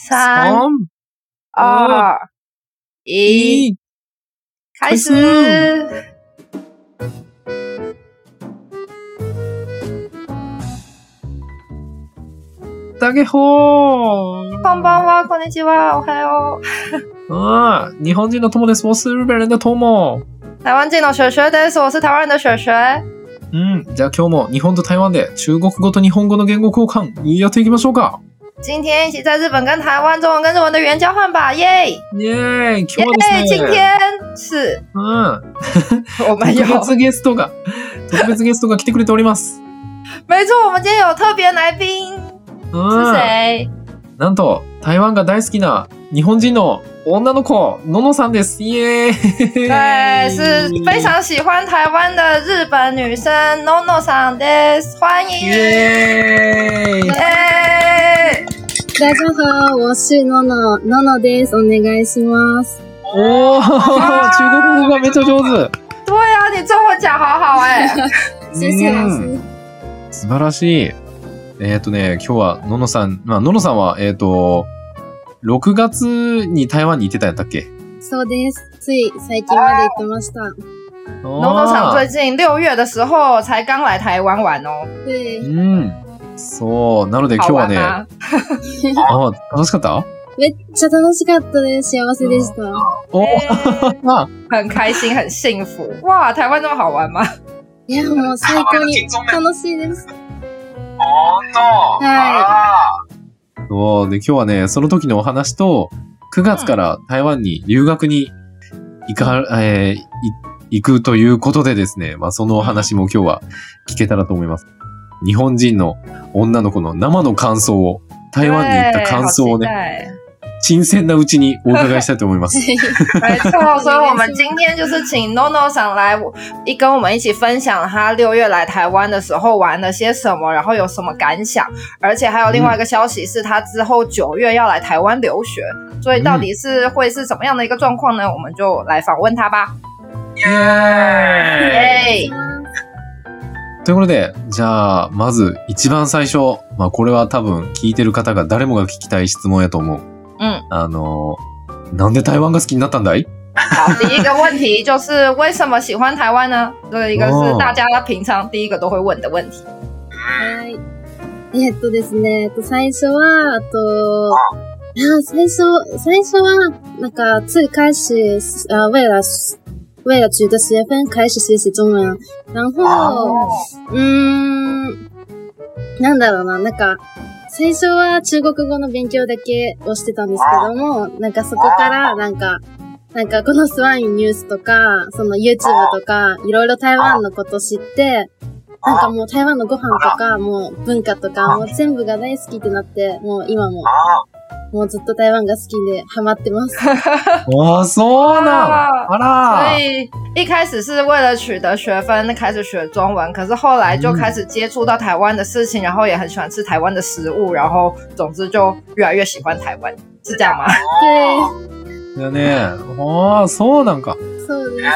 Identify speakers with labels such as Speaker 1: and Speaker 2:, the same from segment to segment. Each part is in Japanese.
Speaker 1: 3、2、1，开始。
Speaker 2: 大家好。
Speaker 1: こんばんは、こんにちは、おはよ
Speaker 2: う。日本人の友です。我是日本人的友。
Speaker 1: 台湾人の雪雪です。我是台湾人的雪雪。
Speaker 2: じゃあ今日も日本と台湾で中国語と日本語の言語交換やっていきましょうか。
Speaker 1: 今天一起在日本跟台湾中文跟日文的语言交换吧，耶！
Speaker 2: 耶！今日はですね。
Speaker 1: 今天是我们有
Speaker 2: 特別ゲストが来てくれております。
Speaker 1: 没错，我们今天有特别来宾。是谁？
Speaker 2: なんと台湾が大好きな日本人の女の子ののさんです。耶！
Speaker 1: 对，是非常喜欢台湾的日本女生ののさんです。欢迎！
Speaker 2: 耶！
Speaker 3: 大家好，我是ののです。お願いします。
Speaker 2: おー、中国語がめっちゃ上手。
Speaker 1: 对啊，你中文讲好好
Speaker 3: 谢谢老师。
Speaker 2: 素晴らしい。今日はののさん、ののさんは6月に台湾に行ってたんやったっけ？
Speaker 3: そうです。つい最近まで行ってました。
Speaker 1: ののさん最近6月的时候才刚来台湾玩哦。
Speaker 3: 对。
Speaker 2: そう。なので今日はね、楽しかった？
Speaker 3: めっちゃ楽しかったです。幸せでした。
Speaker 1: 很开心，很幸福。哇，台湾那么好玩吗？
Speaker 3: いや、もう最高に楽しいです。
Speaker 2: そうで今日はね、その時のお話と9月から台湾に留学に行くということでですね、そのお話も今日は聞けたらと思います。日本人の女の子の生の感想を、台湾に行った感想をね、新鮮なうちにお伺いしたいと思います。
Speaker 1: 没错，所以我们今天就是请 NONO 上来跟我们一起分享他6月来台湾的时候玩了些什么，然后有什么感想，而且还有另外一个消息是他之后9月要来台湾留学，所以到底会是什么样的一个状况呢？我们就来访问他吧。
Speaker 2: 耶！ということで、じゃあまず一番最初、これは多分聞いてる方が誰もが聞きたい質問やと思う。なんで台湾が好きになったんだい？
Speaker 1: 好，第一个问题就是为什么喜欢台湾呢？这一个是大家平常第一个都会问的问题。
Speaker 3: はい。ですね、最初は那个最开始为了取得学分开始学习中文，然后なんだろうな、なんか最初は中国語の勉強だけをしてたんですけども、なんかそこからなんかこのスワンニュースとか、その YouTube とか、いろいろ台湾のこと知って、なんかもう台湾のご飯とか、もう文化とか、もう全部が大好きってなって、もう今もずっと台湾が好きでハマってます。
Speaker 2: 哇，そうなんあら。
Speaker 1: 所以一开始是为了取得学分开始学中文，可是后来就开始接触到台湾的事情，然后也很喜欢吃台湾的食物，然后总之就越来越喜欢台湾，是这样吗？
Speaker 3: 对。
Speaker 2: だね。そうなんか。
Speaker 3: そうです。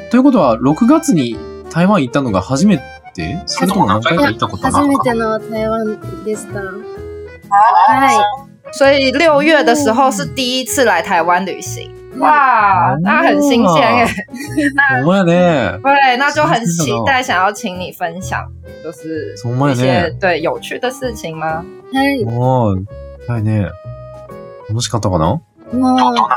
Speaker 2: ということは6月に台湾行ったのが初めて？それとも何回か行ったことある？
Speaker 3: 初めての台湾でした。はい。
Speaker 1: 所以6月的时候是第一次来台湾旅行。哇，那很新鲜耶。
Speaker 2: ほんまやね。
Speaker 1: 对，那就很期待想要請你分享，就是一些对有趣的事情吗？
Speaker 3: はい。
Speaker 2: はいね。楽しかったかな？
Speaker 3: どんな感じだった？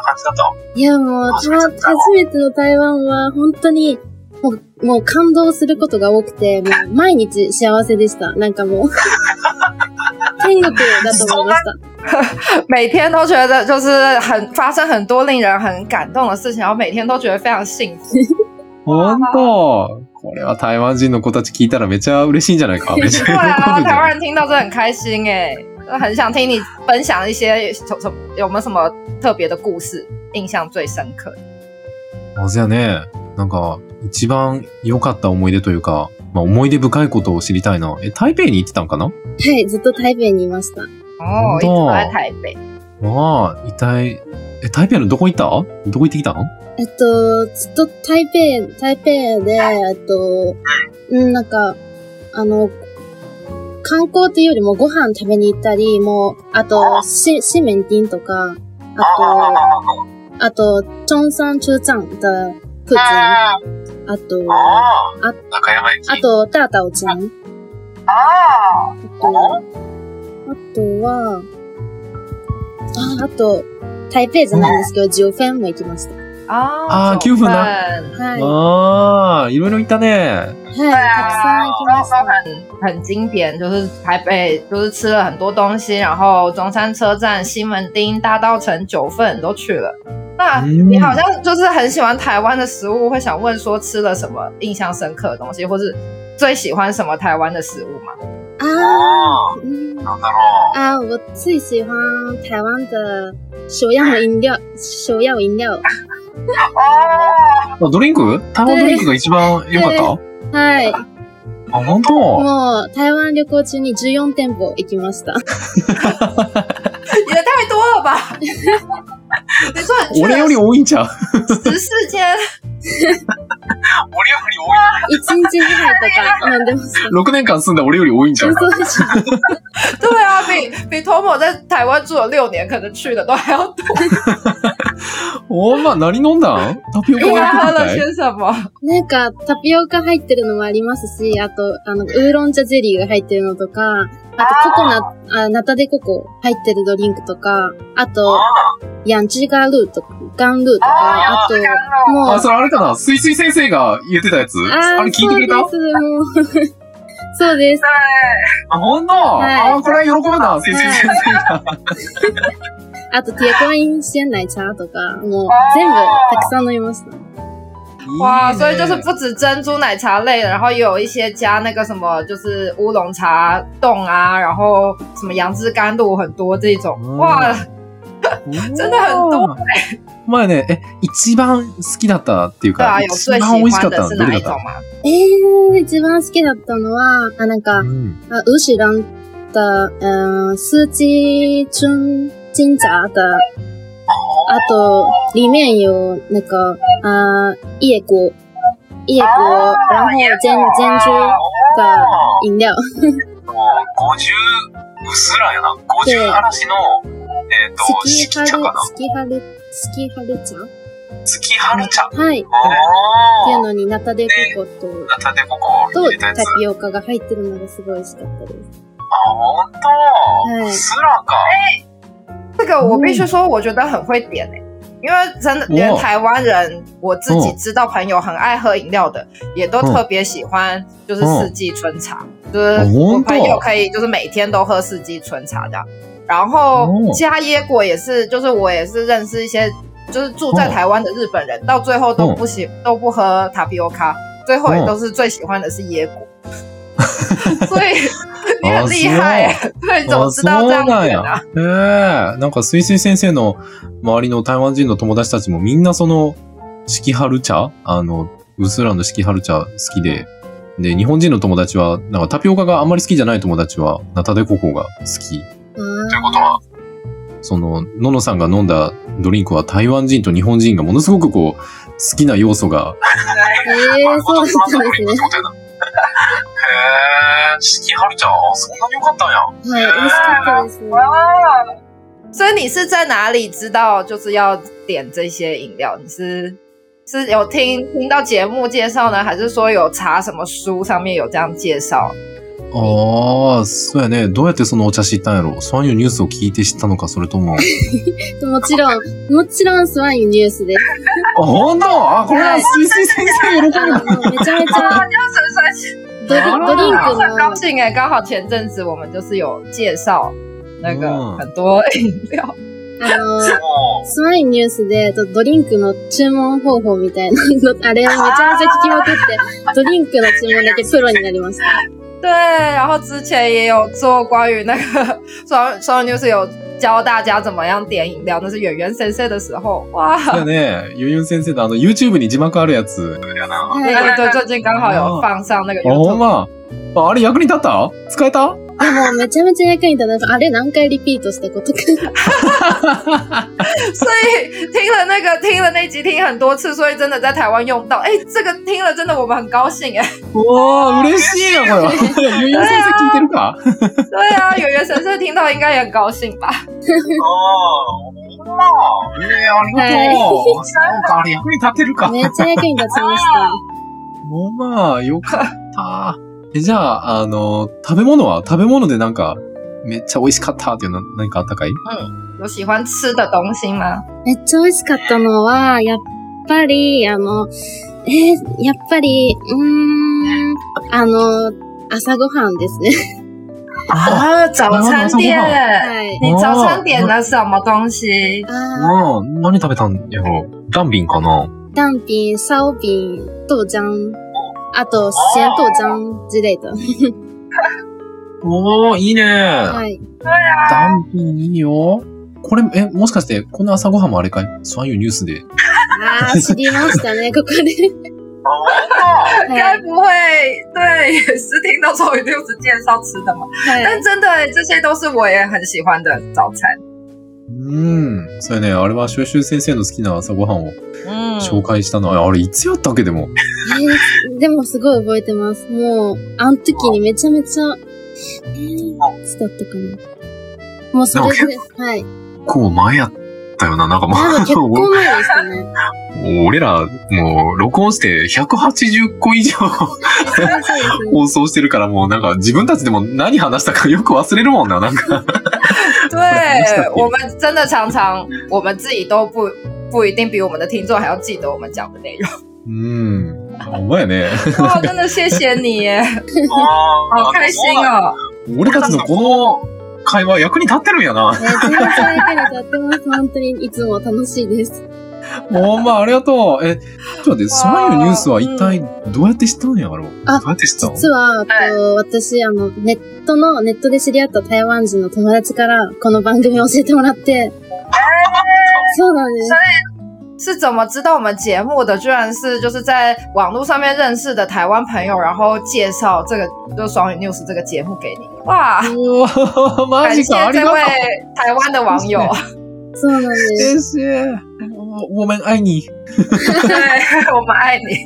Speaker 3: いやもう初めての台湾は本当にもう感動することが多くて、もう毎日幸せでした。なんかもう天国だと思いました。
Speaker 1: 每天都觉得就是发生很多令人很感动的事情，然后每天都觉得非常幸福。
Speaker 2: 本当？これは台湾人の子たち聞いたらめちゃ嬉しいんじゃないか？めちゃ
Speaker 1: 对啊，台湾人听到真的很开心耶，很想听你分享一些有没有什么特别的故事，印象最深刻的。
Speaker 2: そうやね。なんか一番良かった思い出というか、思い出深いことを知りたいな。台北に行ってたんかな？
Speaker 3: はい、ずっと台北にいました。
Speaker 1: 一直都在台北。
Speaker 2: 台北のどこ行った？どこ行ってきたの？
Speaker 3: ずっと台北で、なんか、 観光っていうよりもご飯食べに行ったり、もう、あと、西门町とか、あと、中山车站的附近。あと、
Speaker 2: 中山駅。
Speaker 3: あと、大岛站。あとは、あと、台北じゃないんですけど、九份も行きました。
Speaker 2: 9分だ。
Speaker 3: はい。
Speaker 2: いろいろ行ったね。
Speaker 3: はい、たくさん行きました。
Speaker 1: 很经典，就是台北，就是吃了很多东西，然后中山车站、西门町、大稻埕、九份都去了。那你好像就是很喜欢台湾的食物，会想问说吃了什么印象深刻的东西，或是最喜欢什么台湾的食物吗？
Speaker 3: 我最喜欢台湾的手摇饮料。
Speaker 2: ドリンク？台湾ドリンクが一番良かった？
Speaker 3: はい。
Speaker 2: 本当？
Speaker 3: もう、台湾旅行中に14店舗行きました。
Speaker 1: 也太多了吧！你说
Speaker 2: 俺より多いんちゃう
Speaker 1: ？14间。
Speaker 2: 俺より多い。
Speaker 3: 1日2杯とか飲んでました。
Speaker 2: 6年間住んだ俺より多いんちゃう？
Speaker 3: そうでしょ。
Speaker 1: 对啊，比 Tomo 在台湾住了6年，可能去的都还要多。
Speaker 2: 何飲んだん？タピオカが入ってた
Speaker 1: 些什么？
Speaker 3: なんか、タピオカ入ってるのもありますし、あと、ウーロン茶ゼリーが入ってるのとか、あと、ココナタデココ入ってるドリンクとか、あと、ヤンチガルーとか、ガンルーとか、あと、もう。
Speaker 2: それあれかな？スイスイ先生が言ってたやつ？あれ聞いてくれた？
Speaker 3: そうです。
Speaker 2: ほんと？これは喜ぶな、スイスイ先生が。
Speaker 3: あと、铁观音鲜奶茶とか、もう、全部たくさん飲みました。
Speaker 1: 哇，所以就是不止珍珠奶茶类的，然后也有一些加那个什么，就是乌龙茶冻啊，然后什么杨枝甘露很多这种，哇，真的很多
Speaker 3: 前
Speaker 2: ね、一番好きだったっていうか、
Speaker 1: 一番美味しかったのどれだった？
Speaker 3: 一番好きだったのは、なんか、乌石兰的四季春金茶的。あと、里面有那个椰果，然后珍珠的饮料。
Speaker 2: 50うすらやな。50嵐の四季茶かな。
Speaker 3: 四季春茶。
Speaker 2: 月春茶。
Speaker 3: はい。っていうのにナタデココとタピオカが入ってるのがすごい美味しかったです。
Speaker 2: ほんと？うすらか。
Speaker 1: 这个我必须说，我觉得很会点因为真的连台湾人，我自己知道朋友很爱喝饮料的，也都特别喜欢就是四季春茶，就是我朋友可以就是每天都喝四季春茶这样，然后加椰果也是，就是我也是认识一些就是住在台湾的日本人，到最后都不喝塔皮欧卡，最后也都是最喜欢的是椰果，所以。你很厉害对，你怎么知道这样点啊？
Speaker 2: なんかスイスイ先生の周りの台湾人の友達たちもみんなその四季春茶うすらの四季春茶好きで、日本人の友達はなんかタピオカがあんまり好きじゃない友達はナタデココが好き。ということは、ののさんが飲んだドリンクは台湾人と日本人がものすごく好きな要素が。
Speaker 3: そうだったんですね。
Speaker 2: 四季春茶そんなに良かったんや。
Speaker 3: はい、美味しかったですね。
Speaker 1: 所以你是在哪里知道就是要点这些饮料？你是有听到节目介绍呢，还是说有查什么書上面有这样介紹？
Speaker 2: そうやね。どうやってそのお茶知ったんやろ？スワンユニュースを聞いて知ったのか、それとも。
Speaker 3: もちろんスワンユニュースです。
Speaker 2: ほんと？これはスイスイ先生喜ぶ。
Speaker 3: めちゃめちゃ。ドリンクの。
Speaker 1: 很高兴刚好前阵子我们就是有介绍那个很多饮料。
Speaker 3: スワインニュースでドリンクの注文方法みたいなの、あれめちゃめちゃ聞きまくって、ドリンクの注文だけプロになりました。
Speaker 1: 对，然后之前也有做关于那个双人 news 有教大家怎么样点饮料，那是圆圆先生的时候，哇！
Speaker 2: そうね、圆圆先生のYouTube に字幕あるやつやな。
Speaker 1: 对，最近刚好有放上那个 YouTube。
Speaker 2: あれ役に立った？使えた？
Speaker 3: でもめちゃめちゃ役に立った。あれ何回リピートしたことか。
Speaker 1: 所以听了那集听很多次，所以真的在台湾用到。这个听了真的我们很高兴
Speaker 2: 哇、嬉しいよ、これ。ゆうゆう先生聞いてるか？
Speaker 1: 对啊，有缘神社听到应该也很高兴吧？
Speaker 2: ありがとう。そうか、あれ役に立てるか。
Speaker 3: めっちゃ役に立ちました。
Speaker 2: もうまあ、よかった。じゃあ、食べ物でなんか、めっちゃ美味しかったっていうの何かあったかい？
Speaker 1: 有喜欢吃的东西吗？
Speaker 3: めっちゃ美味しかったのは、やっぱり、朝ごはんですね。
Speaker 1: 啊，早餐店。
Speaker 3: はい。
Speaker 1: 你早餐点了什么东西？
Speaker 2: 何食べたんやろ？ダンビンかな？
Speaker 3: ダンビン、烧饼、豆浆、あと、咸豆浆之類的。
Speaker 2: おー、いいね。
Speaker 3: はい。
Speaker 2: ダンビンいいよ。これ、もしかして、この朝ごはんもあれかい？そういうニュースで。
Speaker 3: 知りましたね、ここで。
Speaker 1: 该不会对，也是听到双语六子介绍吃的嘛？但真的这些都是我也很喜欢的早餐。
Speaker 2: そうやね。あれはシュウシュウ先生の好きな朝ごはんを紹介したの。あれいつやったっけでも。
Speaker 3: でもすごい覚えてます。もう、あの時にめちゃめちゃ、いつだったかな。もうそれで、はい。
Speaker 2: 結構前やったよな。なんかもう。
Speaker 3: 結構前でしたね。
Speaker 2: 俺ら、もう、録音して180個以上放送してるから、もうなんか自分たちでも何話したかよく忘れるもんな、なんか。
Speaker 1: 对，我们真的常常，我们自己都不一定比我们的听众还要记得我们讲的内容。
Speaker 2: ほんまやね。
Speaker 1: 哇，真的谢谢你耶，好开心哦。
Speaker 2: 俺たちのこの会話役に立ってるんやな。
Speaker 3: めちゃめちゃ役に立ってます。本当にいつも楽しいです。
Speaker 2: ほんま、ありがとう。ちょっと待って、そういうニュースは一体どうやって知ったんやろう？どうやって知ったの？
Speaker 3: 実は、私、ネットで知り合った台湾人の友達から、この番組を教えてもらって、そうなんです。
Speaker 1: 是怎么知道我们节目的？居然是就是在网络上面认识的台湾朋友，然后介绍这个就是双语 news 这个节目给你。哇，感谢这位台湾的网友。
Speaker 3: そうなんです。
Speaker 2: 谢谢。我们爱你。
Speaker 1: 对，我们愛你。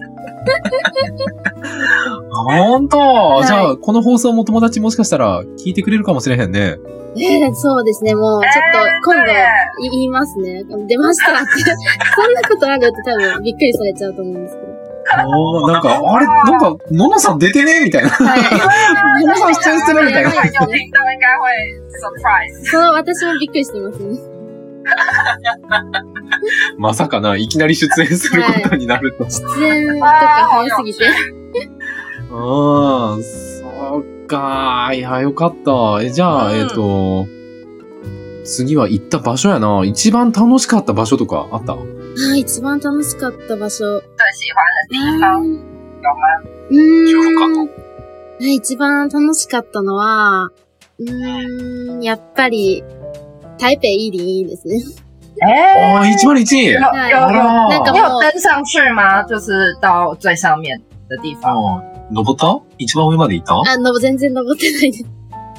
Speaker 2: 本当？じゃあ、この放送も友達もしかしたら聞いてくれるかもしれへんね。
Speaker 3: そうですね、もう、ちょっと、今度、言いますね。出ましたって。そんなことあるって多分、びっくりされちゃうと思うんですけど。
Speaker 2: なんか、あれ、なんか、ののさん出てねみたいな。はい。ののさん出演してるみたいな。
Speaker 1: 有听到应该会 surprise。
Speaker 3: そう、私もびっくりしてますね。
Speaker 2: まさかな、いきなり出演することになると。
Speaker 3: 出演とか早すぎて。
Speaker 2: そうか。いや、よかった。じゃあ、次は行った場所やな。一番楽しかった場所とかあった？
Speaker 3: 一番楽しかった場所。
Speaker 1: 最喜欢的地方有吗？
Speaker 3: 一番楽しかったのは、やっぱり、台北101ですね。
Speaker 2: 101！
Speaker 1: なんか你有登上去吗？就是到最上面的地方。
Speaker 2: 登った？一番上まで行った？
Speaker 3: 全然登ってないです。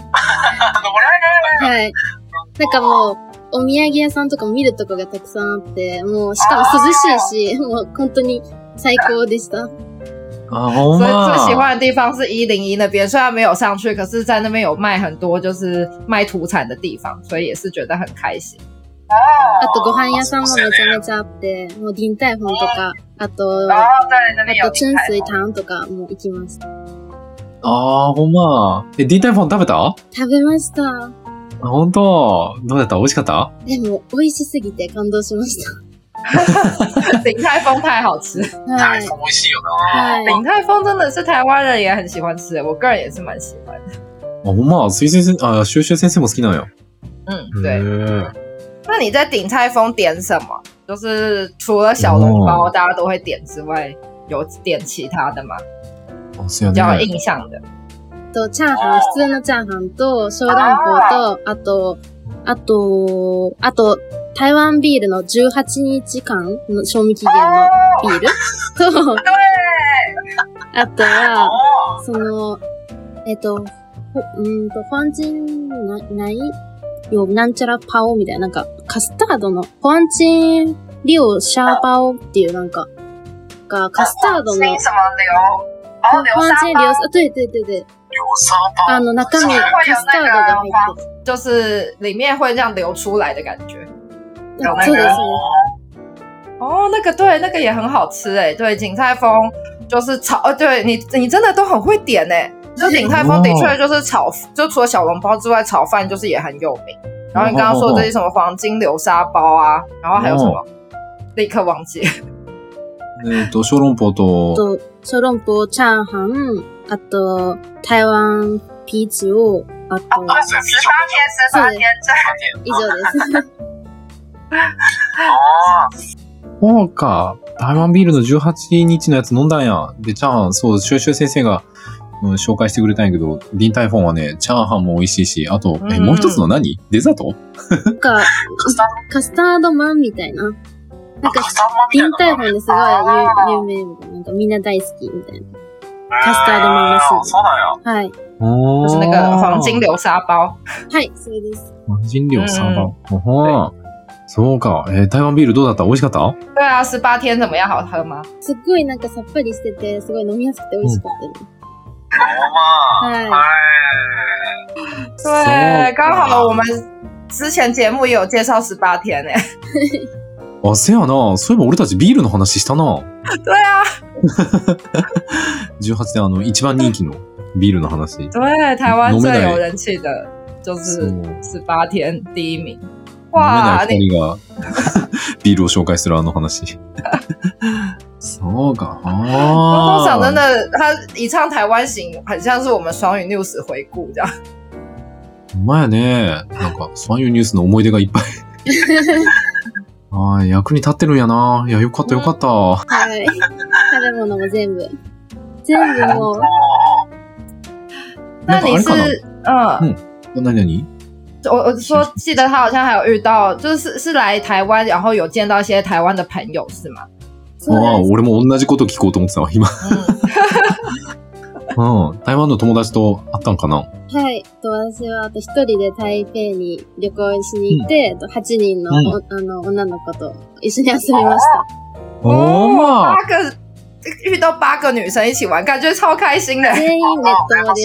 Speaker 3: はい。なんかもう、お土産屋さんとか見るとこがたくさんあって、もう、しかも涼しいし、もう本当に最高でした。
Speaker 1: 所以最喜欢的地方是101那边，虽然没有上去，可是在那边有卖很多就是卖土产的地方，所以也是觉得很開心。
Speaker 3: あとご飯屋さんもめちゃめちゃあって、もうディンタイフォンとか、あと春水堂とかも行きました。
Speaker 2: ほんま。ディンタイフォン食べた？
Speaker 3: 食べました。
Speaker 2: 本当？どうだった？美味しかった？
Speaker 3: でも、美味しすぎて感動しました。
Speaker 1: 鼎泰丰太好吃。
Speaker 2: 台风美味しいよな。
Speaker 1: 鼎泰丰真的是台湾人也很喜欢吃，我个人也是蛮喜欢的。
Speaker 2: ほんま、シュウシュウ先生も好きなんや。
Speaker 1: 对。那你在鼎泰丰点什么？就是除了小笼包大家都会点之外，有点其他的吗？比较有印象的。
Speaker 3: チャーハン、普通のチャーハンと、小籠包と、あと、台湾ビールの18日間の賞味期限のビールと、あとは、 黄金ない有なんちゃらパオみたいな、なんかカスタードの黄金六沙包っていうなんかがカスタードの
Speaker 1: 黄什么流？流
Speaker 3: 黄
Speaker 1: 沙包。
Speaker 3: 金流对对对对，中身カスタードが入ってる。
Speaker 1: 就是里面会这样流出来的感觉。有那个
Speaker 3: そうですね。
Speaker 1: 哦，那个对，那个也很好吃哎。对，景泰丰就是炒，对你真的都很会点哎。就景泰丰的确就是炒，就除了小笼包之外，炒饭就是也很有名。然后你刚刚说这些什么黄金流沙包啊，然后还有什么，立刻忘记。
Speaker 2: 小籠包と、
Speaker 3: 小籠包、チャーハン、あと台湾啤酒、あと
Speaker 1: 18天
Speaker 3: 以上です。
Speaker 2: そうか。台湾ビールの18日のやつ飲んだんや。で、チャーハン、そう、シュウシュウ先生が、紹介してくれたんやけど、ディンタイフォンはね、チャーハンも美味しいし、あと、もう一つの何？デザート？
Speaker 3: なんか、カスタードマンみたいな。なんか、ディンタイフォンですごい有名みたいな。なんかみんな大好きみたいな。カスタードマンらしい。
Speaker 4: そうなんや。
Speaker 3: はい。
Speaker 1: 就是那个黄金流沙包。
Speaker 3: はい、それです。
Speaker 2: 黄金流沙包。そうか。台湾ビールどうだった？美味しかった？
Speaker 1: 对啊，18天怎么样？好喝吗？
Speaker 3: すっごいなんかさっぱりしてて、すごい飲みやすくて美味しかったです。
Speaker 4: はい。
Speaker 1: 对，刚好我们之前节目也有介绍18天诶。
Speaker 2: あ、せやな。そういえば俺たちビールの話したな。
Speaker 1: 对啊。
Speaker 2: 18で一番人気のビールの話。
Speaker 1: 对，台湾最有人气的就是18天第一名。
Speaker 2: 哇！飲めない二人がビールを紹介するあの話。そうか。
Speaker 1: 多想真的，他一唱台湾行，很像是我们双语 news 回顾这样。
Speaker 2: ほんまやね。なんか、双語ニュースの思い出がいっぱい。はい、役に立ってるんやな。いや、よかったよかった。
Speaker 3: はい。食べ物も全部もう。
Speaker 1: 那你是
Speaker 2: 何？
Speaker 1: 我说记得他好像还有遇到，就是来台湾，然后有见到一些台湾的朋友是吗？
Speaker 2: ああ、俺も同じこと聞こうと思ってたわ、今。台湾の友達と会ったんかな？
Speaker 3: はい。私はあと一人で台北に旅行しに行って、8人の、女の子と一緒に遊びました。
Speaker 1: 哦，8个遇到8个女生一起玩，感觉超开心的。
Speaker 3: 全員ネットもです。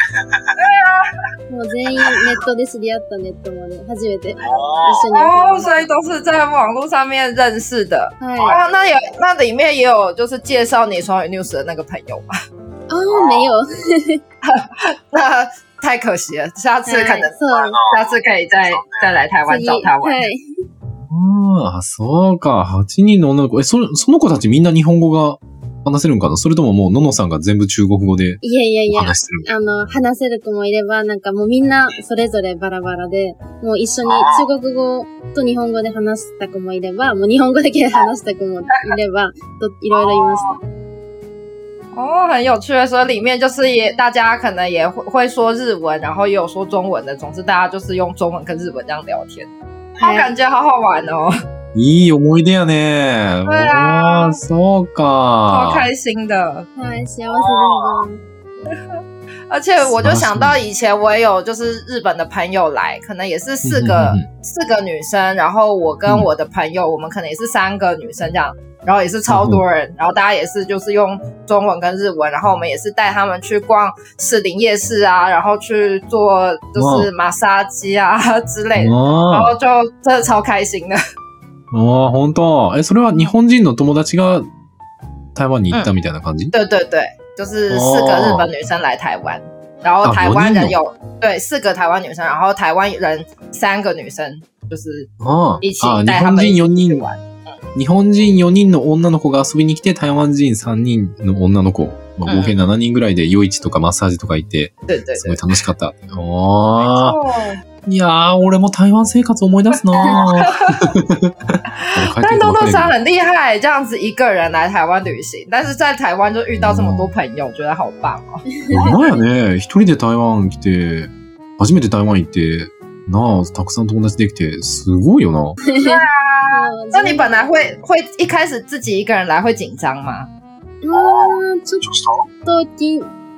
Speaker 3: もう全員ネットで知り合ったネットもで初めて一緒に遊びました。
Speaker 1: 所以都是在网络上面认识的。
Speaker 3: はい。
Speaker 1: 那里面也有就是介绍你双语 news 的那个朋友吗？
Speaker 3: 没有。
Speaker 1: 那太可惜了，下次可以再来台湾找他玩。
Speaker 3: はい。
Speaker 2: あ、そうか。8人の女の子。その子たちみんな日本語が話せるんかな？それとももうののさんが全部中国語で話してる？
Speaker 3: 話せる子もいれば、なんかもうみんなそれぞれバラバラで、もう一緒に中国語と日本語で話した子もいれば、もう日本語だけで話した子もいれば、いろいろいました。
Speaker 1: 哦，很有趣的，所以里面就是大家可能也会说日文，然后也有说中文的，总之大家就是用中文跟日文这样聊天，感觉好好玩哦。
Speaker 2: いい思い出やね。
Speaker 1: 对啊，
Speaker 2: そうか。
Speaker 1: 超开心的。
Speaker 3: はい、幸せです。
Speaker 1: 而且我就想到以前我也有就是日本的朋友来，可能也是四个女生，然后我跟我的朋友，我们可能也是3个女生这样。然后也是超多人，然后大家也是就是用中文跟日文，然后我们也是带他们去逛士林夜市啊，然后去做就是马杀鸡啊之类的，然后就真的超开心的。
Speaker 2: 哦，本当？それは日本人の友達が台湾に行ったみたいな感じ？
Speaker 1: 对对对，就是4个日本女生来台湾，然后台湾人有对4个台湾女生，然后台湾人3个女生，就是一起带他们一起去玩。
Speaker 2: 日本人4人の女の子が遊びに来て、台湾人3人の女の子、合計7人ぐらいで夜市とかマッサージとか行って、すごい楽しかった。いやー、俺も台湾生活思い出すな
Speaker 1: 但豆豆桑很厉害，这样子一个人来台湾旅行，但是在台湾就遇到这么多朋友，觉得好棒哦。
Speaker 2: ほんまやね。一人で台湾来て、初めて台湾行って、なあ、たくさん友達できて、すごいよな。
Speaker 1: 对啊，那你本来会一开始自己一个人来会紧张吗？
Speaker 3: ちょっと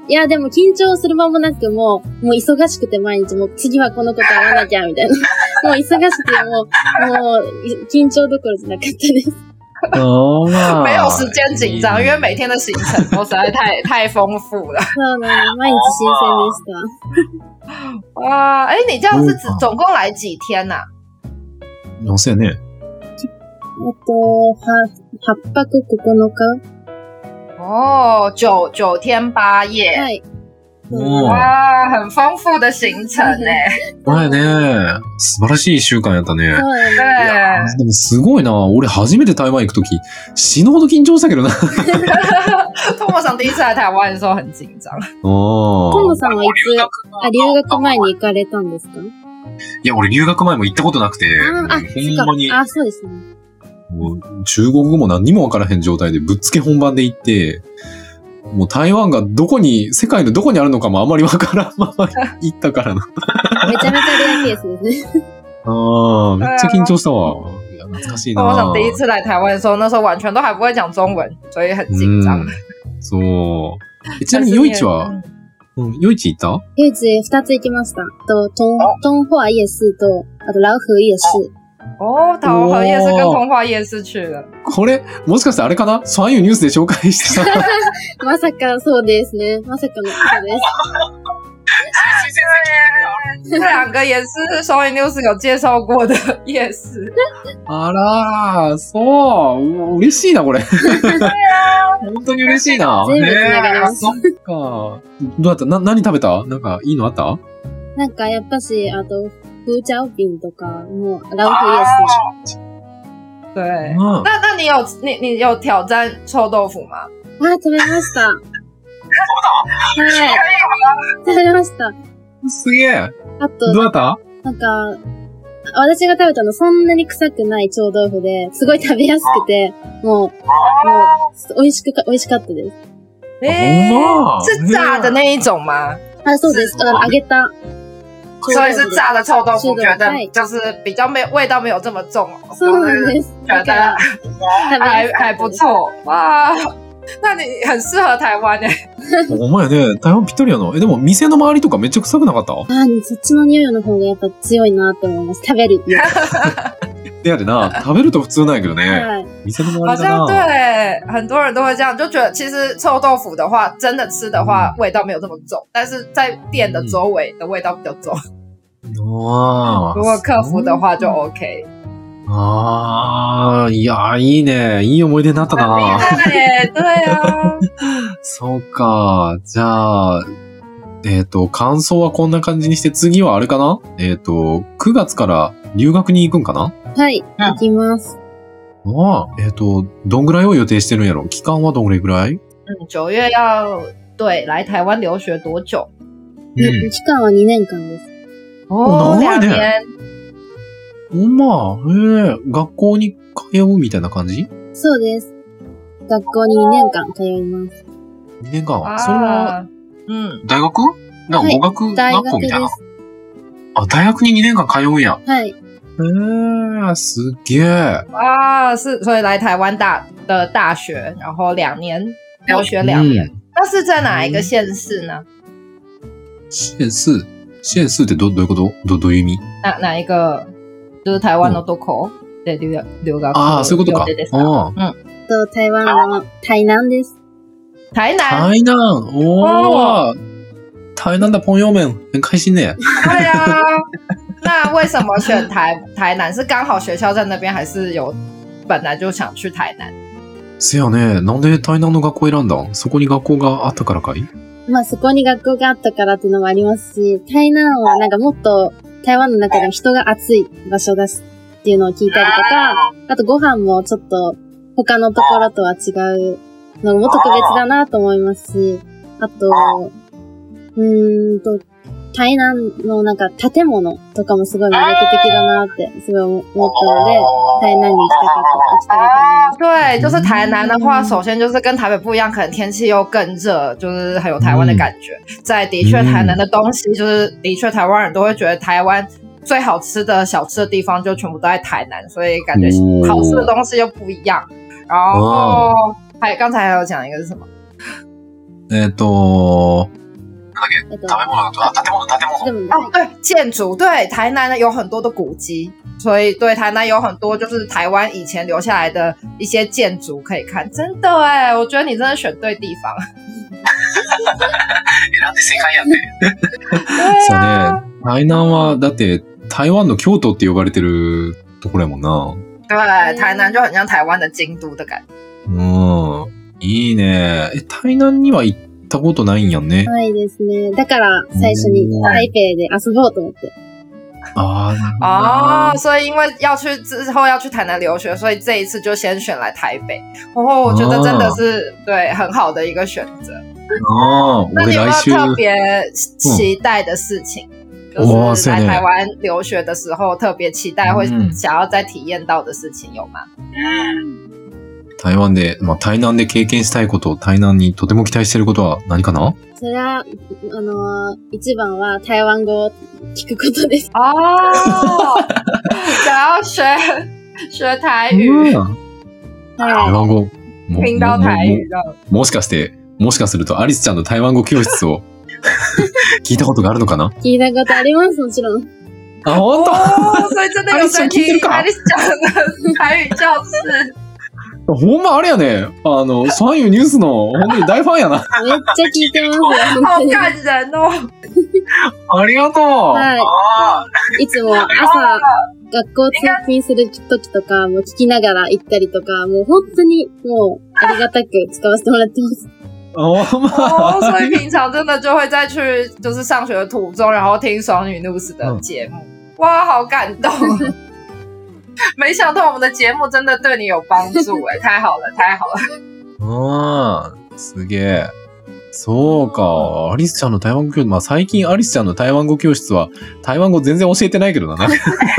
Speaker 3: いや、でも緊張する間もなく、もう忙しくて毎日、もう次はこの子と会わなきゃ、みたいな。もう忙しくて、もう緊張どころじゃなかったです。
Speaker 2: 哦，
Speaker 1: 没有时间紧张，因为每天的行程都实在太丰富了。
Speaker 3: そうね、毎日新鮮でした。
Speaker 1: 哇，你这样是总共来几天呐？
Speaker 2: そうやね。
Speaker 3: 8泊9日。
Speaker 1: 哦，9天8夜。
Speaker 3: はい。
Speaker 1: 哇，很丰富的行程ね。
Speaker 2: 前ね、素晴らしい1週間やったね。
Speaker 3: そう
Speaker 1: 对。
Speaker 2: でもすごいな。俺初めて台湾行くとき、死ぬほど緊張したけどな。
Speaker 1: トモさん第一次来台湾的时候很紧張。
Speaker 3: トモさんはいつ、留学前に行かれたんですか？
Speaker 2: いや、俺留学前も行ったことなくて、ほんまに。
Speaker 3: あ、そうですね。
Speaker 2: もう中国語も何にもわからへん状態でぶっつけ本番で行って、もう台湾が世界のどこにあるのかもあまりわからんまま行ったからな。
Speaker 3: めちゃめちゃレアケースですね。
Speaker 2: ああ、めっちゃ緊張したわ。いや、懐かしいな。
Speaker 1: 我想第一次来台湾的时候，那时候完全都还不会讲中文，所以很紧张。
Speaker 2: そう。ちなみに夜市は、夜市行った？
Speaker 3: 夜市2つ行きました。東華夜市と、あと老河夜市。
Speaker 1: 哦，桃河夜市跟通化夜市去了。
Speaker 2: これ、もしかしてあれかな？双语ニュースで紹介した。
Speaker 3: まさかそうですね。まさかのそうです。
Speaker 1: 这两个也是双语 news 有介绍过的夜市。
Speaker 2: あらー、そう。嬉しいな、これ。本当に嬉しいな。
Speaker 3: 全部つながります。
Speaker 2: そっか。どうだった？何食べた？なんか、いいのあった？
Speaker 3: なんか、やっぱし、あと、胡椒饼とか、もう、老河夜市。
Speaker 1: 对。那你有挑战臭豆腐吗？
Speaker 3: あ、食べました。はい。食べました。
Speaker 2: すげえ。
Speaker 3: あと、
Speaker 2: どうだった？
Speaker 3: なんか、私が食べたのそんなに臭くない臭豆腐で、すごい食べやすくて、もう、美味しかったです。
Speaker 1: 是炸的那一种吗？
Speaker 3: あ、そうです。揚げた。
Speaker 1: 所以是炸的臭豆腐，觉得就是比较味道没有这么重，
Speaker 3: そうなんです。
Speaker 1: 觉得还不错哇。那你很适合台湾ね。
Speaker 2: お前ね、台湾ぴったりやな。でも店の周りとかめっちゃ臭くなかった？
Speaker 3: そっちの匂いの方がやっぱ強いなって思います。食べる。
Speaker 2: 对的な。食べると普通なんやけどね。店の周りだな。
Speaker 1: 好像对，很多人都会这样，就觉得其实臭豆腐的话，真的吃的话味道没有这么重，但是在店的周围的味道比较重。如果克服的话就 OK。
Speaker 2: ああ、いや、いいね。いい思い出になったな。
Speaker 1: 对啊。
Speaker 2: そうか。じゃあ、感想はこんな感じにして、次はあれかな？9月から留学に行くんかな？
Speaker 3: はい、行きます。
Speaker 2: ああ、どんぐらいを予定してるんやろ？期間はどんぐらい？
Speaker 1: 9月对、来台湾留学多久？
Speaker 3: 期間は2年間です。
Speaker 1: おー、2年。
Speaker 2: ほんま、学校に通うみたいな感じ？
Speaker 3: そうです。学校に2年間通います。
Speaker 2: 2年間？それは、大学？なんか語学学校みたいな。あ、大学に2年間通うんや。
Speaker 3: はい。
Speaker 2: すげえ。
Speaker 1: 啊，所以来台湾的大学，然后2年留学2年。那是在哪一个县市呢？
Speaker 2: 县市ってどういうこと？どういう意味？
Speaker 1: 哪一个？就是台湾のどこで留学？
Speaker 2: ああ、そういうことか。
Speaker 3: 台湾の台南です。
Speaker 1: 台南？
Speaker 2: 台南，哦，台南的朋友们很开心呢。
Speaker 1: 对啊，那为什么选台南？是刚好学校在那边，还是本来就想去台南？
Speaker 2: せやね。なんで台南の学校選んだん？そこに学校があったからかい？
Speaker 3: まあそこに学校があったからっていうのもありますし、台南はなんかもっと台湾の中でも人が熱い場所だしっていうのを聞いたりとか、あとご飯もちょっと他のところとは違うのも特別だなと思いますし、あと、台南のなんか建物とかもすごい魅力的だなってすごい思ったので、台南に行きたかったと思います。
Speaker 1: 对，就是台南的话，首先就是跟台北不一样，可能天气又更热，就是很有台湾的感觉。在的确台南的东西，就是的确台湾人都会觉得台湾最好吃的小吃的地方就全部都在台南，所以感觉好吃的东西又不一样。然后刚才还有讲一个是什么？
Speaker 4: 食べ物だと、建物。
Speaker 1: 哦，对，建筑，对，台南呢有很多的古迹，所以对台南有很多就是台湾以前留下来的一些建筑可以看。真的哎，我觉得你真的选对地方。
Speaker 4: 選んで正解やね。
Speaker 2: そうね。台南は、だって、台湾の京都って呼ばれてるところやもんな。
Speaker 1: 对，台南就很像台湾的京都的感觉。
Speaker 2: いいね。台南には行ったことないんやんね。
Speaker 3: ないですね。だから最初に台北で遊ぼうと思って。
Speaker 1: 所以因为之后要去台南留学，所以这一次就先选来台北。我觉得真的是对很好的一个选择。那你有没有特别期待的事情？就是来台湾留学的时候特别期待会想要再体验到的事情有吗？
Speaker 2: 台南で経験したいこと、台南にとても期待してることは何かな？
Speaker 3: それは、一番は台湾語を聞くことです。
Speaker 1: 想要学台语。
Speaker 2: 台湾語。
Speaker 1: 听到台语了。
Speaker 2: もしかするとアリスちゃんの台湾語教室を聞いたことがあるのかな？
Speaker 3: 聞いたことあります、もちろん。
Speaker 2: 本当？
Speaker 1: 所以真的有在听アリスちゃん的台语教室。
Speaker 2: ほんまあれやね。酸雨ニュースの本当に大ファンやな。
Speaker 3: めっちゃ聞いてますよ。
Speaker 1: 好感人哦。
Speaker 2: ありがとう。
Speaker 3: はい。いつも朝、学校通勤する時とか、もう聞きながら行ったりとか、もう本当にもうありがたく使わせてもらってます。
Speaker 1: 所以平常真的就会再去就是上学的途中，然后听双语 news 的节目。哇，好感动。没想到我们的节目真的对你有帮助哎，太好了，太好了。
Speaker 2: すげえ。そうか。アリスちゃんの台湾語教室。最近アリスちゃんの台湾語教室は台湾語全然教えてないけどな。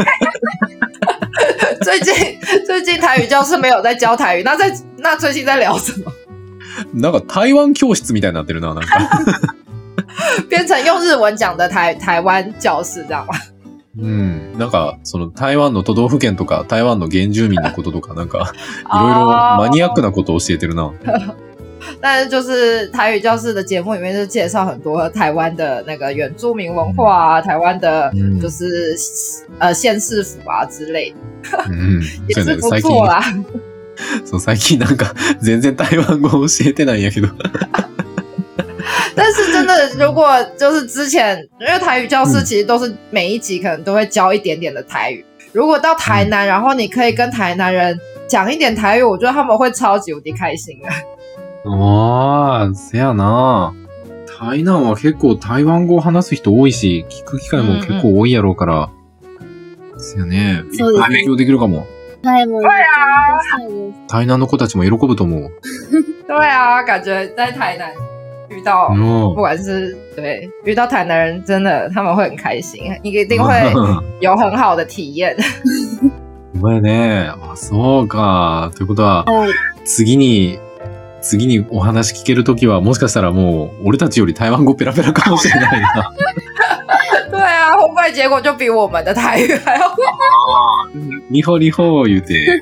Speaker 1: 最近台语教室没有在教台语，那最近在聊什么？
Speaker 2: なんか台湾教室みたいになってるな、なんか。
Speaker 1: 变成用日文讲的台湾教室这样吗？
Speaker 2: なんか、その台湾の都道府県とか、台湾の原住民のこととか、なんか、いろいろマニアックなことを教えてるな。
Speaker 1: 但是就是台语教室的节目里面就介绍很多台湾的那个原住民文化啊，台湾的就是县市府啊之类的，也是不错啦。
Speaker 2: そう、最近なんか全然台湾語教えてないんやけど。
Speaker 1: 但是真的，如果就是之前，因为台语教室其实都是每一集可能都会教一点点的台语。如果到台南，然后你可以跟台南人讲一点台语，我觉得他们会超級无敌開心的。
Speaker 2: せやな。台南は結構台湾語を話す人多いし、聞く機会も結構多いやろうから。せやね。いっぱい勉強できるかも。
Speaker 3: はい、もう。
Speaker 2: 台南の子たちも喜ぶと思う。
Speaker 1: 对啊，感觉在台南遇到，不管是遇到台南人，真的他们会很开心，你一定会有很好的体验。
Speaker 2: うまいね。そうか。ということは、次にお話聞けるときは、もしかしたらもう、俺たちより台湾語ペラペラかもしれないな。
Speaker 1: 对啊，会不会结果就比我们的台语还要？
Speaker 2: リホリホ言うて。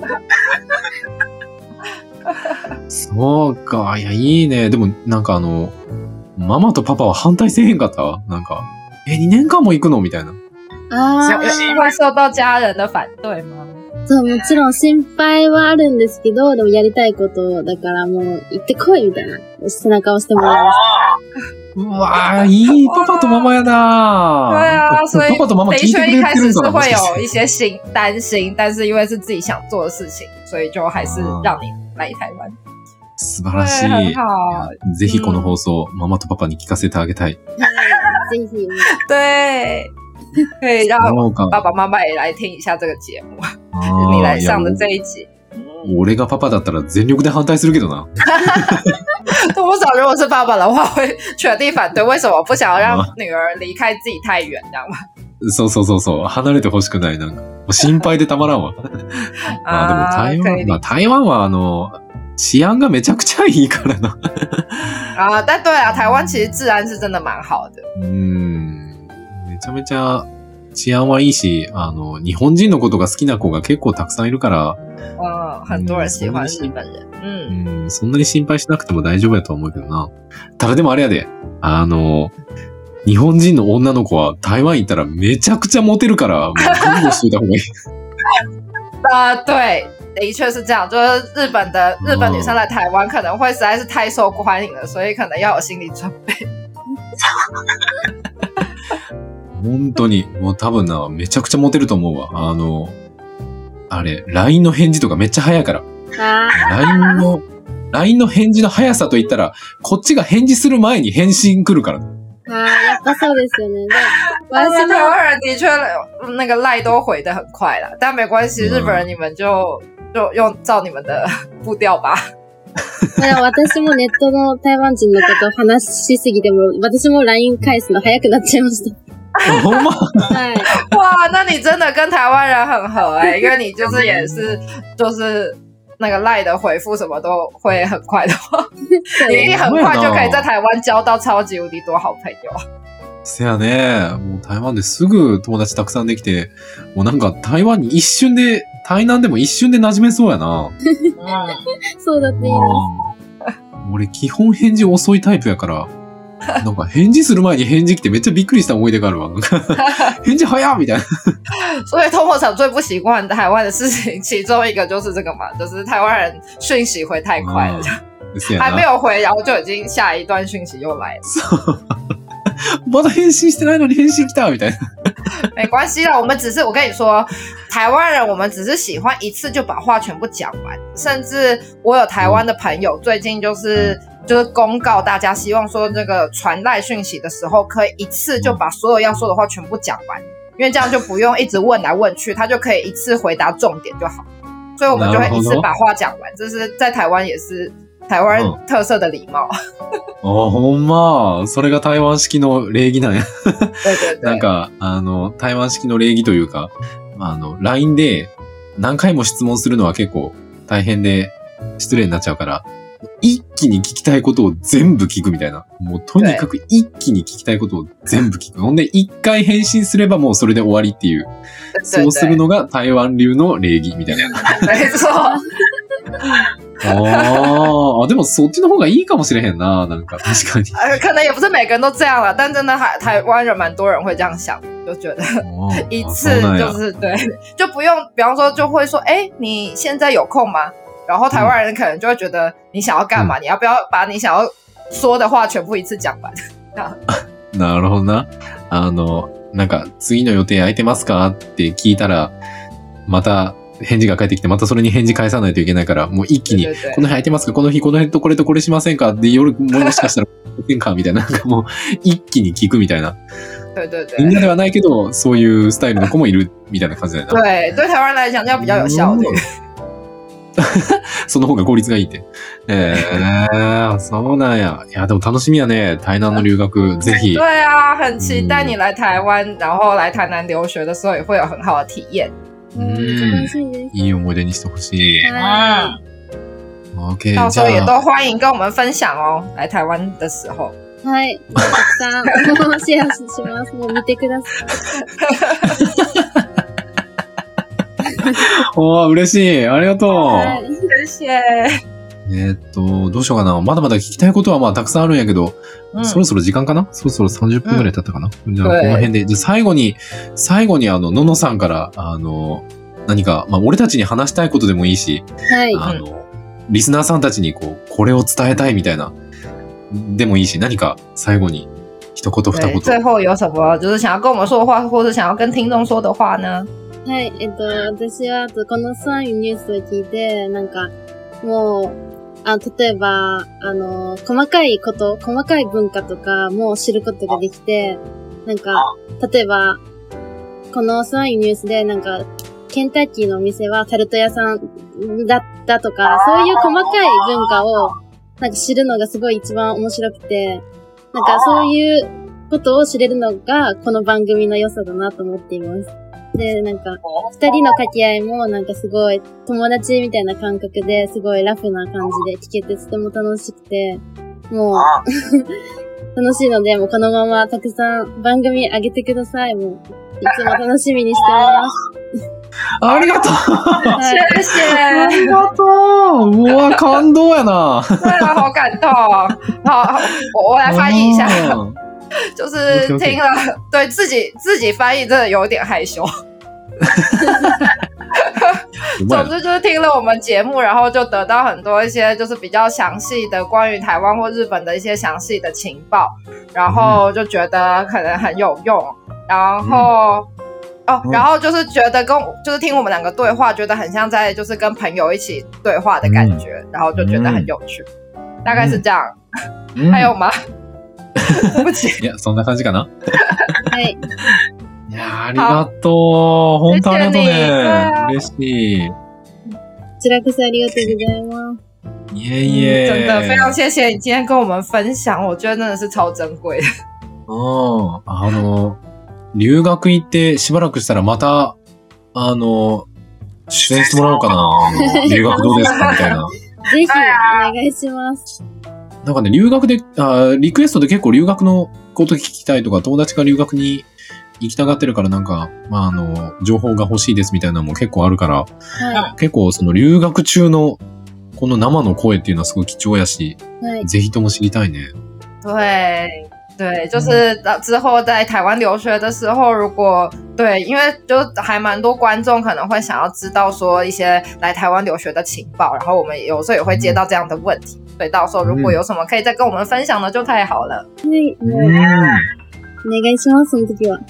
Speaker 2: そうか。いや、いいね。でも、なんかママとパパは反対せえへんかったわ。なんか、2年間も行くのみたいな。
Speaker 1: 会受到家人的反对吗？
Speaker 3: そう、もちろん心配はあるんですけど、でもやりたいことだからもう行ってこいみたいな背中を押してもらいました。
Speaker 2: うわー、いいパパとママやな。
Speaker 1: 对啊，所以
Speaker 2: パパとママ聞いてくれ
Speaker 1: 一开
Speaker 2: てるんかな。
Speaker 1: 始是会有一些担心，但是因为是自己想做的事情，所以就还是让你来台湾。
Speaker 2: 素晴らしい。ぜひこの放送、ママとパパに聞かせてあげたい。
Speaker 3: ぜひ。
Speaker 1: 对，可以让爸爸妈妈也来听一下这个节目，你来上的这一集。
Speaker 2: 俺がパパだったら全力で反対するけどな。
Speaker 1: 多少如果是爸爸的话，会全力反对。为什么不想要让女儿离开自己太远，这样吗？
Speaker 2: そう。離れてほしくない。なんか、心配でたまらんわ。でも台湾は治安がめちゃくちゃいいからな。
Speaker 1: 但对啊，台湾其实治安是真的蛮好的。
Speaker 2: めちゃめちゃ治安はいいし、日本人のことが好きな子が結構たくさんいるから、
Speaker 1: 很多人喜欢日本人。
Speaker 2: そんなに心配しなくても大丈夫やと思うけどな。ただでもあれやで、日本人の女の子は台湾行ったらめちゃくちゃモテるから、もう覚悟しといた方がいい。
Speaker 1: 对，的确是这样，就是日本女生来台湾可能会实在是太受欢迎了，所以可能要有心理准備。
Speaker 2: 本当に、もう多分な、めちゃくちゃモテると思うわ。あれ、LINE の返事とかめっちゃ早いから。LINE の返事の速さと言ったら、こっちが返事する前に返信来るから。
Speaker 3: やっぱそうですよね。
Speaker 1: 台湾人的确那个赖都回得很快啦，但没关系，日本人你们就用照你们的步调吧。
Speaker 3: 私もネットの台湾人のことを話しすぎても、私も LINE 返すの早くなっちゃいました。
Speaker 2: ほんま？
Speaker 3: はい。
Speaker 1: 哇，那你真的跟台湾人很合因为你就是也是就是那个赖的回复什么都会很快的话，你一定很快就可以在台湾交到超级无敌多好朋友。
Speaker 2: せやね。もう台湾ですぐ友達たくさんできて、もうなんか台湾に一瞬で、台南でも一瞬で馴染めそうやな。
Speaker 3: そうだって言います。
Speaker 2: 俺基本返事遅いタイプやから、なんか返事する前に返事来てめっちゃびっくりした思い出があるわ。なんか返事早っみたいな。
Speaker 1: 所以通货场最不习惯台湾的事情，其中一个就是这个嘛，就是台湾人讯息回太快了，还没有回，然后就已经下一段讯息又来了。
Speaker 2: まだ返信してないのに返信来たみたいな。
Speaker 1: 没关系啦，我跟你说，台湾人我们只是喜欢一次就把话全部讲完，甚至我有台湾的朋友最近就是公告大家，希望说这个传赖讯息的时候，可以一次就把所有要说的话全部讲完，因为这样就不用一直问来问去，他就可以一次回答重点就好。所以我们就会一次把话讲完，这是在台湾也是台湾特色的礼貌。
Speaker 2: ほんま、それが台湾式の礼儀なんや。
Speaker 1: 对对对。
Speaker 2: なんか、台湾式の礼儀というか、LINE で何回も質問するのは結構大変で失礼になっちゃうから、一気に聞きたいことを全部聞くみたいな。もうとにかく一気に聞きたいことを全部聞く。ほんで、一回返信すればもうそれで終わりっていう。そうするのが台湾流の礼儀みたいな。
Speaker 1: 没错。
Speaker 2: でもそっちの方がいいかもしれへんな。なんか確かに。
Speaker 1: 可能也不是每个人都这样了，但真的台湾人蛮多人会这样想，就觉得一次就是对，就不用，比方说就会说，你现在有空吗？然后台湾人可能就会觉得你想要干嘛？你要不要把你想要说的话全部一次讲完？
Speaker 2: なるほどな。なんか次の予定空いてますかって聞いたら、また返事が返ってきて、またそれに返事返さないといけないから、もう一気に、この日空いてますか？この日この辺とこれとこれしませんか？で、夜もしかしたらませんかみたいな、なんかもう一気に聞くみたいな。
Speaker 1: 对对对。
Speaker 2: みんなではないけど、そういうスタイルの子もいるみたいな感じだよな。
Speaker 1: 对，对台湾人来讲，这样比较有效率。
Speaker 2: その方が効率がいいって。そうなんや。いや、でも楽しみやね。台南の留学、ぜひ。
Speaker 1: 对啊，很期待你来台湾，然后来台南留学的时候也会有很好的体验。
Speaker 2: いい思い出にしてほしい。OK。
Speaker 1: 到时候也都欢迎跟我们分享哦，来台湾的时候。
Speaker 3: はい。たくさんシェアします。もう見てください。
Speaker 2: 嬉しい。ありがとう。
Speaker 1: 谢谢。
Speaker 2: どうしようかな。まだまだ聞きたいことはまあたくさんあるんやけど、そろそろ時間かな？そろそろ30分くらい経ったかな？じゃあこの辺で。じゃあ最後にののさんから、何か、まあ俺たちに話したいことでもいいし、
Speaker 3: はい。
Speaker 2: リスナーさんたちにこれを伝えたいみたいな、でもいいし、何か最後に一言二言。
Speaker 1: 最后有什么就是想要跟我们说的话，或者想要跟听众说的话呢？
Speaker 3: はい、私はこのスワンニュースを聞いて、なんか、もう、例えば、細かい文化とかも知ることができて、なんか、例えば、このスワンニュースで、なんか、ケンタッキーのお店はタルト屋さんだったとか、そういう細かい文化を、なんか知るのがすごい一番面白くて、なんかそういうことを知れるのが、この番組の良さだなと思っています。で、なんか、二人の掛け合いもなんかすごい友達みたいな感覚ですごいラフな感じで聞けてとても楽しくて、もう、 楽しいので、もうこのままたくさん番組上げてください。もう、いつも楽しみにしてます。
Speaker 2: ありがとう
Speaker 3: はい。
Speaker 1: 谢谢。
Speaker 2: ありがとううわ、感動やな。
Speaker 1: 对啊，好感动。好，我来翻译一下。就是听了，对自己翻译真的有点害羞。总之就是听了我们节目，然后就得到很多一些就是比较详细的关于台湾或日本的一些详细的情报，然后就觉得可能很有用，然后。然后就是觉得就是听我们两个对话，觉得很像在就是跟朋友一起对话的感觉，然后就觉得很有趣，大概是这样。还有吗？对不起。
Speaker 2: いや、そんな感じかな。
Speaker 3: はい。
Speaker 2: いや、ありがとう。本当ありがとうね。嬉しい。
Speaker 3: こちらこそありがとうございます。
Speaker 2: いえいえ。
Speaker 1: 真的非常谢谢你今天跟我们分享，我觉得真的是超珍贵的。
Speaker 2: 留学行ってしばらくしたらまた、出演してもらおうかな。留学どうですかみたいな。
Speaker 3: ぜひ、お願いします。
Speaker 2: なんかね、留学で、リクエストで結構留学のこと聞きたいとか、友達が留学に行きたがってるからなんか、情報が欲しいですみたいなのも結構あるから、
Speaker 3: はい、
Speaker 2: 結構その留学中のこの生の声っていうのはすごい貴重やし、はい、ぜひとも知りたいね。
Speaker 1: 对。对，就是之后在台湾留学的时候，如果对，因为就还蛮多观众可能会想要知道说一些来台湾留学的情报，然后我们有时候也会接到这样的问题，所以到时候如果有什么可以再跟我们分享的，就太好了。
Speaker 3: お願いします、その時は。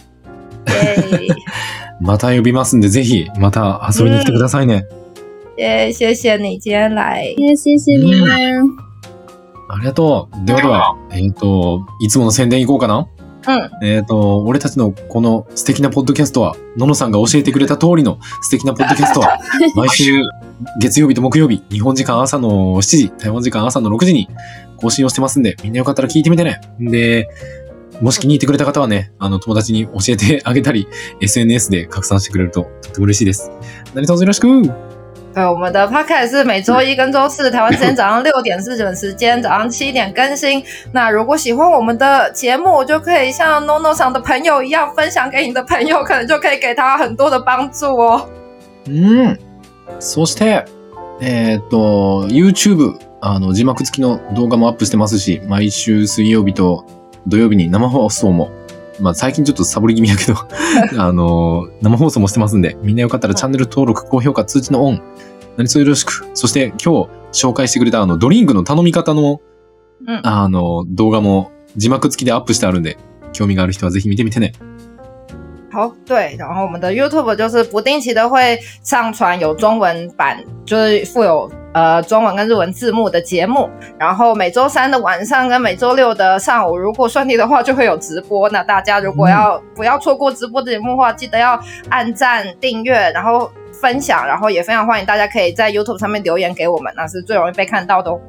Speaker 2: また呼びますんで、ぜひまた遊びに来てくださいね。
Speaker 1: 谢谢你今天来。
Speaker 3: 谢谢你们。
Speaker 2: ありがとう。では、いつもの宣伝いこうかな。俺たちのこの素敵なポッドキャストは、ののさんが教えてくれた通りの素敵なポッドキャストは、毎週月曜日と木曜日、日本時間朝の7時、台湾時間朝の6時に更新をしてますんで、みんなよかったら聞いてみてね。で、もし気に入ってくれた方はね、友達に教えてあげたり、SNS で拡散してくれるととっても嬉しいです。何卒よろしく。
Speaker 1: 对，我们的 podcast 是每周一跟周四台湾时间早上6点是日本时间早上7点更新。那如果喜欢我们的节目，就可以像 NONO さん的朋友一样分享给你的朋友，可能就可以给他很多的帮助哦。
Speaker 2: そして、YouTube、字幕付きの動画もアップしてますし、毎週水曜日と土曜日に生放送も、最近ちょっとサボり気味やけど、生放送もしてますんで、みんなよかったらチャンネル登録、高評価、通知のオン、何卒よろしく。そして今日紹介してくれたドリンクの頼み方の、動画も字幕付きでアップしてあるんで、興味がある人はぜひ見てみてね。
Speaker 1: 好，对，然后我们的 YouTube 就是不定期的会上传有中文版，就是附有中文跟日文字幕的节目，然后每周三的晚上跟每周六的上午，如果顺利的话就会有直播。那大家如果不要错过直播的节目的话，记得要按赞、订阅，然后分享，然后也非常欢迎大家可以在 YouTube 上面留言给我们，那是最容易被看到的哦。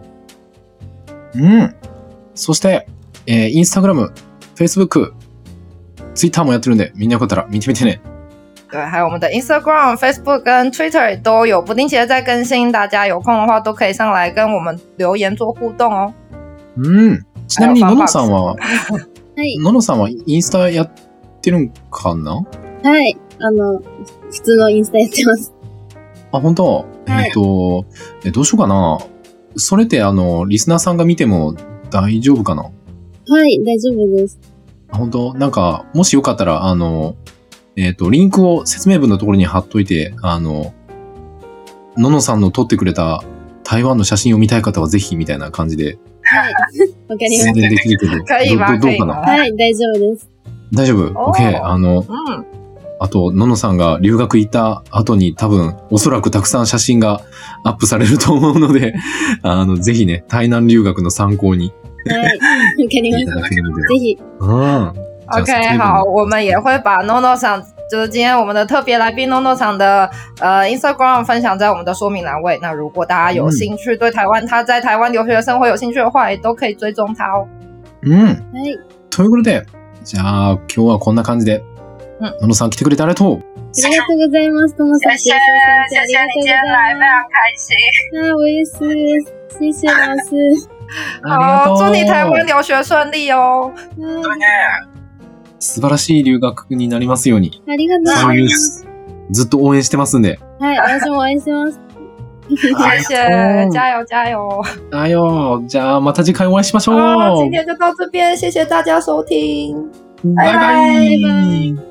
Speaker 2: そして、Instagram、Facebook、Twitter もやってるんで、みんなよかったら見てみてね。
Speaker 1: 对，还有我们的 Instagram、Facebook 跟 Twitter 都有不定期的在更新，大家有空的话都可以上来跟我们留言做互动哦。
Speaker 2: ちなみにののさんは、ののさんはインスタやってるんかな？
Speaker 3: はい、普通のインスタやってます。
Speaker 2: 本当？はい、どうしようかな。それってリスナーさんが見ても大丈夫かな？
Speaker 3: はい、大丈夫です。
Speaker 2: 本当？なんか、もしよかったら、リンクを説明文のところに貼っといて、ののさんの撮ってくれた台湾の写真を見たい方はぜひみたいな感じで。
Speaker 3: はい。わかりました。
Speaker 2: 宣伝できるけど。どうかな？
Speaker 3: はい、大丈夫です。
Speaker 2: 大丈夫？ OK。あと、ののさんが留学行った後に多分、おそらくたくさん写真がアップされると思うので、ぜひね、台南留学の参考に。
Speaker 3: はい。わかりました。ぜひ。
Speaker 1: OK， 好，我们也会把 NONO 上，就是今天我们的特别来宾 NONO 上的Instagram 分享在我们的说明栏位。那如果大家有兴趣，对台湾他在台湾留学的生活有兴趣的话，也都可以追踪他哦。
Speaker 3: はい。
Speaker 2: ということで、じゃあ今日はこんな感じで、ののさん来てくれてありがとう。
Speaker 3: ありがとうございます。ともさん。
Speaker 1: 谢谢你今天来，非常开心。
Speaker 3: 我也是，谢谢老师。
Speaker 1: 好，祝你台湾留学顺利哦。
Speaker 3: うん
Speaker 4: 本当にね、
Speaker 2: 素晴らしい留学になりますように。
Speaker 3: ありがとうございま
Speaker 2: そういうずっと応援してますんで。
Speaker 3: す。はい、私も応援してます。
Speaker 1: 谢谢，加油加油！
Speaker 2: あよ、じゃあまた次回お会いしましょう。
Speaker 1: 好，今天就到这边，谢谢大家收听，
Speaker 2: バイバイ。
Speaker 3: バイバイ